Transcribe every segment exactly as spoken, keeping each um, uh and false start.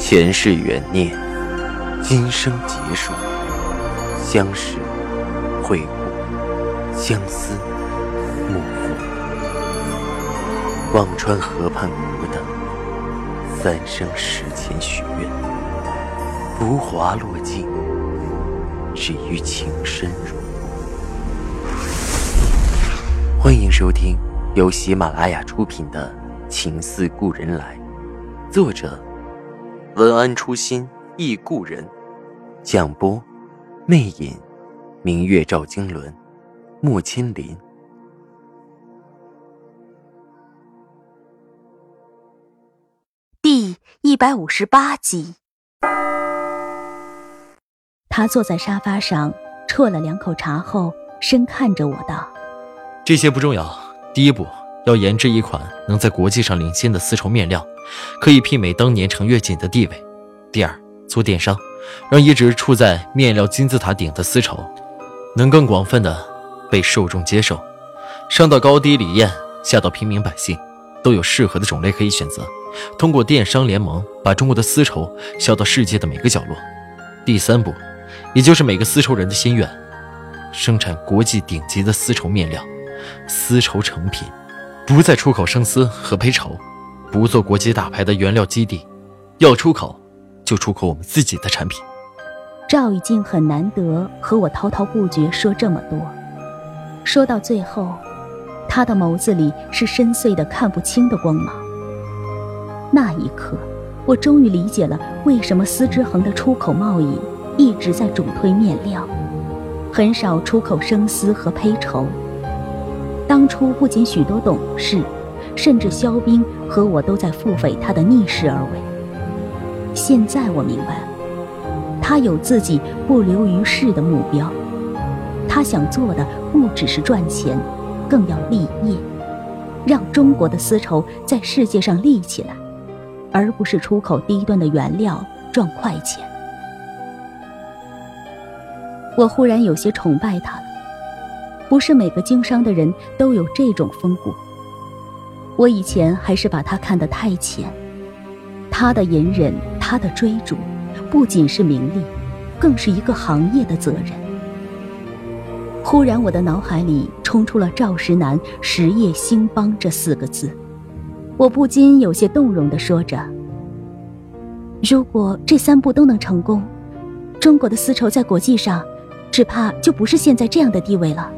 前世缘孽，今生结束，相识会故，相思幕复。忘川河畔苦等，三生石前许愿，浮华落尽，只余情深入。欢迎收听由喜马拉雅出品的《情似故人来》，作者文安初心忆故人，蒋播魅影，明月照经纶，莫千林。 第一百五十八集。 他坐在沙发上啜了两口茶后，深看着我道： 这些不重要，第一步要研制一款能在国际上领先的丝绸面料，可以媲美当年程越锦的地位。第二，做电商，让一直处在面料金字塔顶的丝绸能更广泛的被受众接受，上到高低礼宴，下到平民百姓，都有适合的种类可以选择，通过电商联盟把中国的丝绸销到世界的每个角落。第三步，也就是每个丝绸人的心愿，生产国际顶级的丝绸面料，丝绸成品，不再出口生丝和胚绸，不做国际大牌的原料基地，要出口就出口我们自己的产品。 赵以静很难得和我滔滔不绝说这么多，说到最后，他的眸子里是深邃的看不清的光芒。那一刻，我终于理解了为什么丝织衡的出口贸易一直在主推面料，很少出口生丝和胚绸。当初不仅许多董事，甚至肖冰和我都在腹诽他的逆势而为。现在我明白了，他有自己不流于世的目标，他想做的不只是赚钱，更要立业，让中国的丝绸在世界上立起来，而不是出口低端的原料赚快钱。我忽然有些崇拜他了，不是每个经商的人都有这种风骨。我以前还是把他看得太浅，他的隐忍，他的追逐，不仅是名利，更是一个行业的责任。忽然我的脑海里冲出了赵石南实业兴邦这四个字，我不禁有些动容地说着，如果这三步都能成功，中国的丝绸在国际上只怕就不是现在这样的地位了。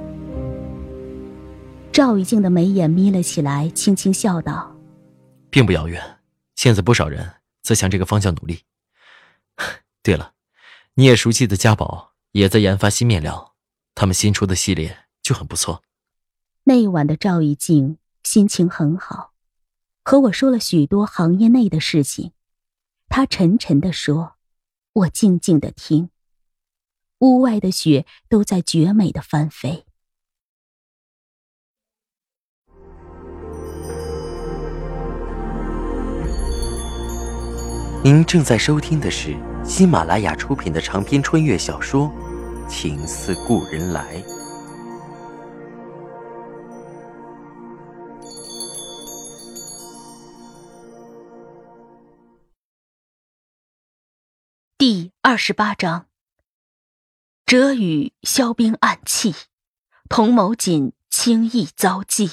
赵以静的眉眼眯了起来，轻轻笑道： 并不遥远，现在不少人在向这个方向努力。对了，你也熟悉的家宝也在研发新面料，他们新出的系列就很不错。 那晚的赵以静心情很好，和我说了许多行业内的事情。他沉沉地说，我静静地听。屋外的雪都在绝美地翻飞。 您正在收听的是喜马拉雅出品的长篇穿越小说《情似故人来》。 第二十八章。折羽萧冰暗泣，童某锦轻易遭忌。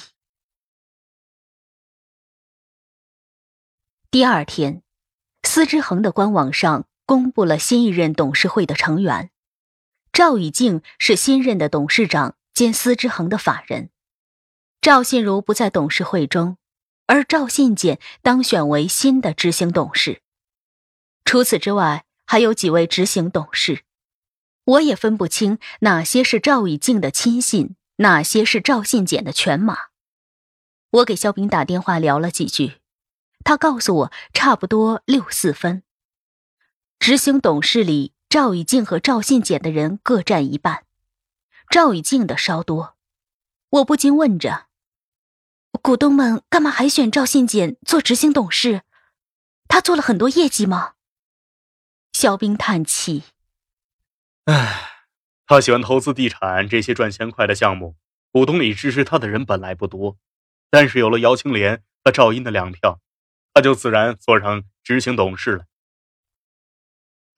第二天，丝织衡的官网上公布了新一任董事会的成员，赵以静是新任的董事长兼丝织衡的法人，赵信如不在董事会中，而赵信简当选为新的执行董事。除此之外，还有几位执行董事，我也分不清哪些是赵以静的亲信，哪些是赵信简的犬马。我给肖冰打电话聊了几句，他告诉我差不多六四分。执行董事里，赵以静和赵信简的人各占一半，赵以静的稍多。我不禁问着，股东们干嘛还选赵信简做执行董事？他做了很多业绩吗？肖冰叹气， 唉，他喜欢投资地产这些赚钱快的项目，股东里支持他的人本来不多，但是有了姚青莲和赵英的两票，他就自然坐上执行董事了。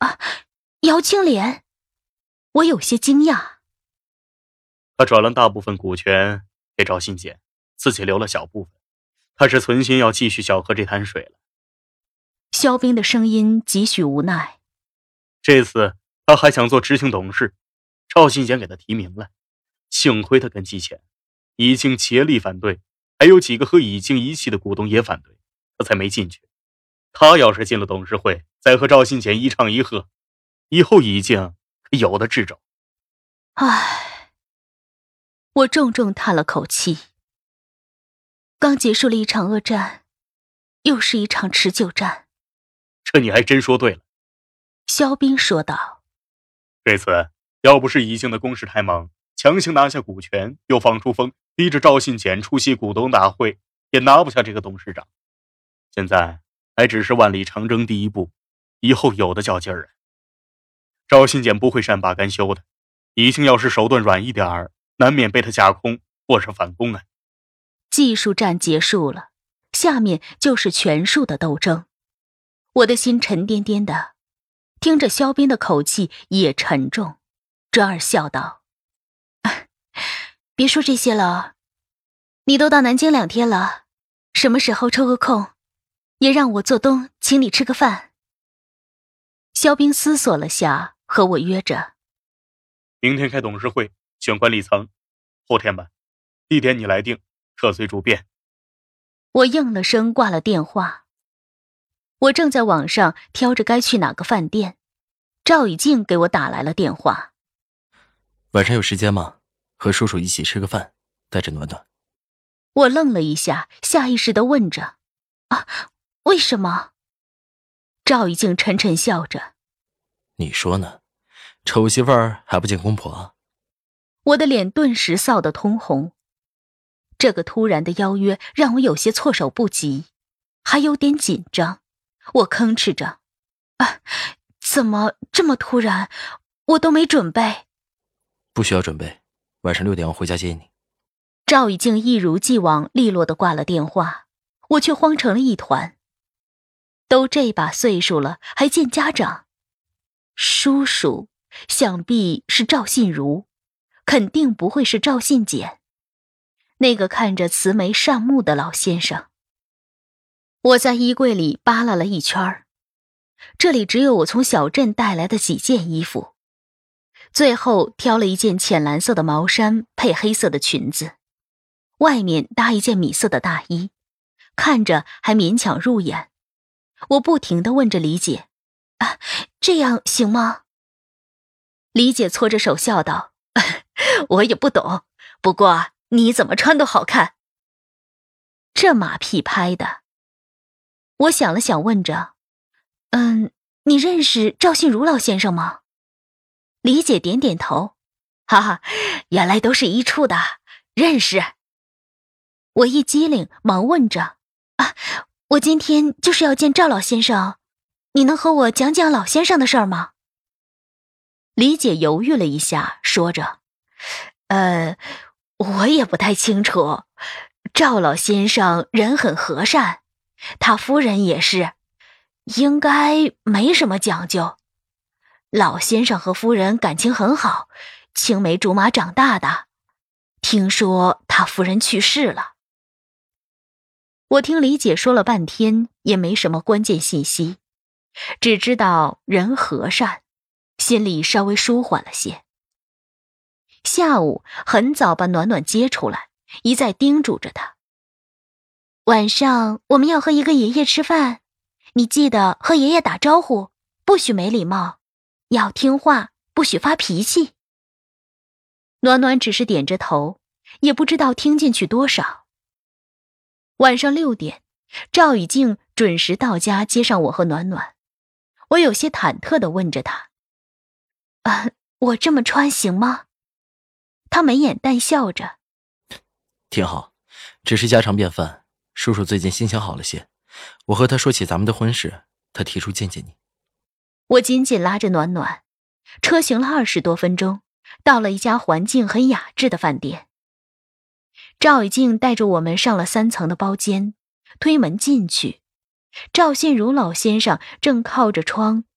啊，姚青莲，我有些惊讶。 他转了大部分股权给赵信简，自己留了小部分。他是存心要继续小喝这滩水了。 肖冰的声音几许无奈。 这次他还想做执行董事，赵信简给他提名了，幸亏他跟季前已经竭力反对，还有几个和已经遗弃的股东也反对，他才没进去。他要是进了董事会，再和赵信简一唱一和，以后已经有的掣肘。 唉，我重重叹了口气。刚结束了一场恶战，又是一场持久战。 这你还真说对了。 肖冰说道。 这次要不是已经的攻势太猛，强行拿下股权，又放出风，逼着赵信简出席股东大会，也拿不下这个董事长。现在还只是万里长征第一步，以后有的较劲儿啊。赵信简不会善罢甘休的，已经要是手段软一点儿，难免被他架空或是反攻啊。 技术战结束了，下面就是权术的斗争。我的心沉甸甸的，听着肖冰的口气也沉重，转而笑道：“别说这些了，你都到南京两天了，什么时候抽个空，也让我做东请你吃个饭。”肖冰思索了下，和我约着：“ 明天开董事会，选管理层，后天吧，地点你来定，特随主便。” 我应了声，挂了电话。我正在网上挑着该去哪个饭店，赵以静给我打来了电话。 晚上有时间吗？和叔叔一起吃个饭，带着暖暖。 我愣了一下，下意识地问着：“啊，为什么？”赵以静沉沉笑着：“ 你说呢？丑媳妇儿还不见公婆？” 我的脸顿时臊得通红。这个突然的邀约让我有些措手不及，还有点紧张。我吭哧着：“啊，怎么这么突然？我都没准备。” 不需要准备，晚上六点我回家接你。 赵以静一如既往利落地挂了电话，我却慌成了一团。都这把岁数了，还见家长？叔叔，想必是赵信如，肯定不会是赵信简，那个看着慈眉善目的老先生。我在衣柜里扒拉了一圈，这里只有我从小镇带来的几件衣服，最后挑了一件浅蓝色的毛衫配黑色的裙子，外面搭一件米色的大衣，看着还勉强入眼。我不停地问着李姐：“啊，这样行吗？”李姐搓着手笑道：“我也不懂，不过你怎么穿都好看。”这马屁拍的。我想了想，问着：“嗯，你认识赵信如老先生吗？”李姐点点头：“哈哈，原来都是一处的，认识。”我一激灵，忙问着：“啊，我今天就是要见赵老先生，你能和我讲讲老先生的事儿吗？”李姐犹豫了一下，说着：“呃，我也不太清楚，赵老先生人很和善。他夫人也是，应该没什么讲究。老先生和夫人感情很好，青梅竹马长大的。听说他夫人去世了。”我听李姐说了半天，也没什么关键信息，只知道人和善，心里稍微舒缓了些。下午很早把暖暖接出来，一再叮嘱着她：“晚上我们要和一个爷爷吃饭，你记得和爷爷打招呼，不许没礼貌，要听话，不许发脾气。”暖暖只是点着头，也不知道听进去多少。晚上六点，赵以静准时到家接上我和暖暖。我有些忐忑地问着她：“啊，我这么穿行吗？”她眉眼淡笑着：“ 挺好，只是家常便饭。叔叔最近心情好了些，我和他说起咱们的婚事，他提出见见你。” 我紧紧拉着暖暖，车行了二十多分钟，到了一家环境很雅致的饭店。赵以静带着我们上了三层的包间，推门进去，赵信如老先生正靠着窗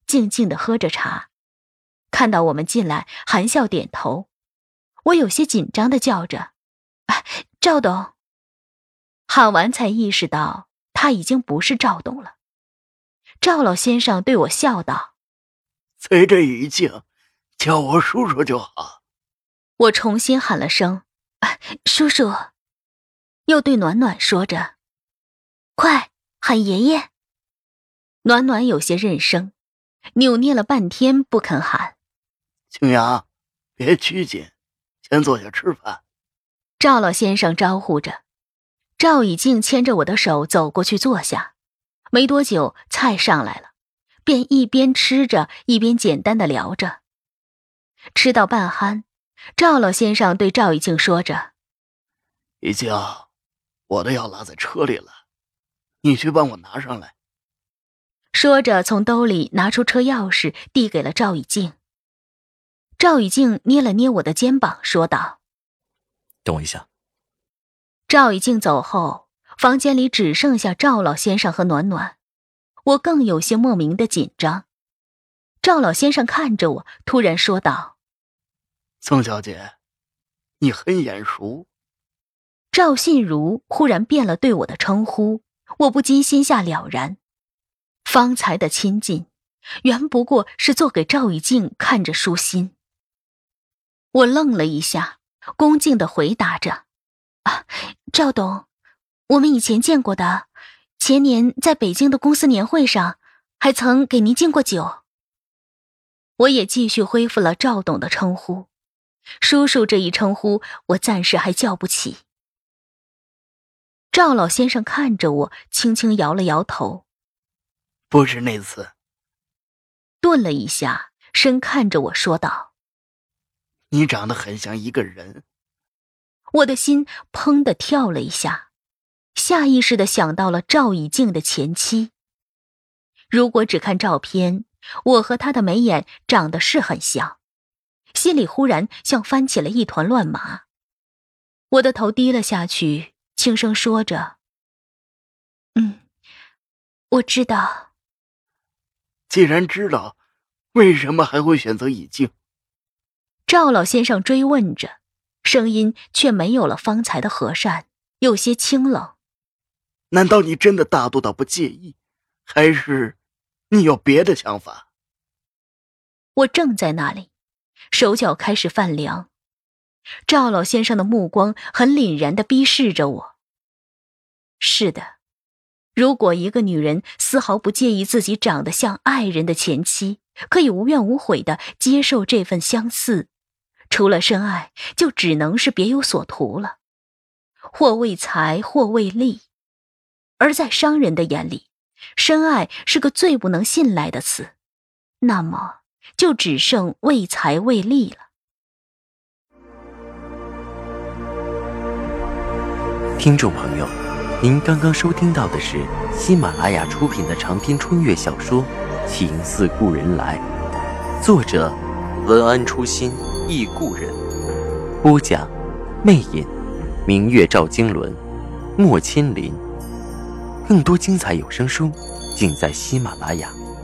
静静地喝着茶。看到我们进来，含笑点头。我有些紧张地叫着：“啊，赵董！”喊完才意识到他已经不是赵董了。赵老先生对我笑道：“ 随着语境，叫我叔叔就好。” 我重新喊了声：“啊，叔叔！”又对暖暖说着：“快喊爷爷！”暖暖有些认生，扭捏了半天不肯喊。 青阳，别拘谨，先坐下吃饭。 赵老先生招呼着。赵以静牵着我的手走过去坐下。没多久，菜上来了，便一边吃着一边简单的聊着。吃到半酣，赵老先生对赵以静说着：“ 以静，我的药落在车里了，你去帮我拿上来。” 说着从兜里拿出车钥匙递给了赵以静。赵以静捏了捏我的肩膀说道：“ 等我一下。” 赵以静走后，房间里只剩下赵老先生和暖暖，我更有些莫名的紧张。赵老先生看着我，突然说道：“ 宋小姐，你很眼熟。” 赵信如忽然变了对我的称呼，我不禁心下了然。方才的亲近，原不过是做给赵以静看着舒心。我愣了一下，恭敬地回答着：“啊，赵董，我们以前见过的，前年在北京的公司年会上，还曾给您敬过酒。”我也继续恢复了赵董的称呼，叔叔这一称呼我暂时还叫不起。赵老先生看着我，轻轻摇了摇头：“ 不是那次。” 顿了一下，深看着我说道：“ 你长得很像一个人。” 我的心砰地跳了一下，下意识地想到了赵以静的前妻。如果只看照片，我和她的眉眼长得是很像，心里忽然像翻起了一团乱麻。我的头低了下去，轻声说着：“嗯，我知道。” 既然知道，为什么还会选择以静？ 赵老先生追问着，声音却没有了方才的和善，有些清冷。 难道你真的大度到不介意，还是你有别的想法？ 我正在那里，手脚开始泛凉。赵老先生的目光很凛然地逼视着我。是的，如果一个女人丝毫不介意自己长得像爱人的前妻，可以无怨无悔地接受这份相似，除了深爱，就只能是别有所图了，或为财，或为利。而在商人的眼里，深爱是个最不能信赖的词，那么就只剩为财为利了。 听众朋友，您刚刚收听到的是喜马拉雅出品的长篇穿越小说《情似故人来》，作者文安初心忆故人，播讲魅影，明月照经纶，莫千林。更多精彩有声书尽在喜马拉雅。